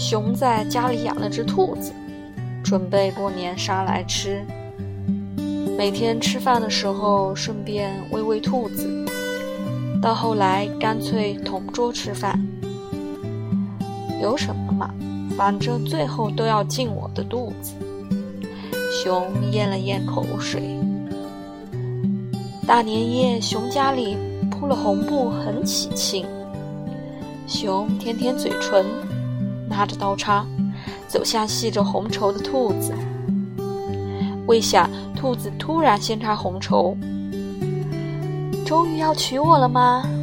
熊在家里养了只兔子，准备过年杀来吃。每天吃饭的时候顺便喂喂兔子，到后来干脆同桌吃饭。有什么嘛，反正最后都要进我的肚子。熊咽了咽口水。大年夜，熊家里铺了红布，很喜庆。熊舔舔嘴唇，拿着刀叉走向系着红绸的兔子。未想兔子突然掀开红绸。终于要娶我了吗？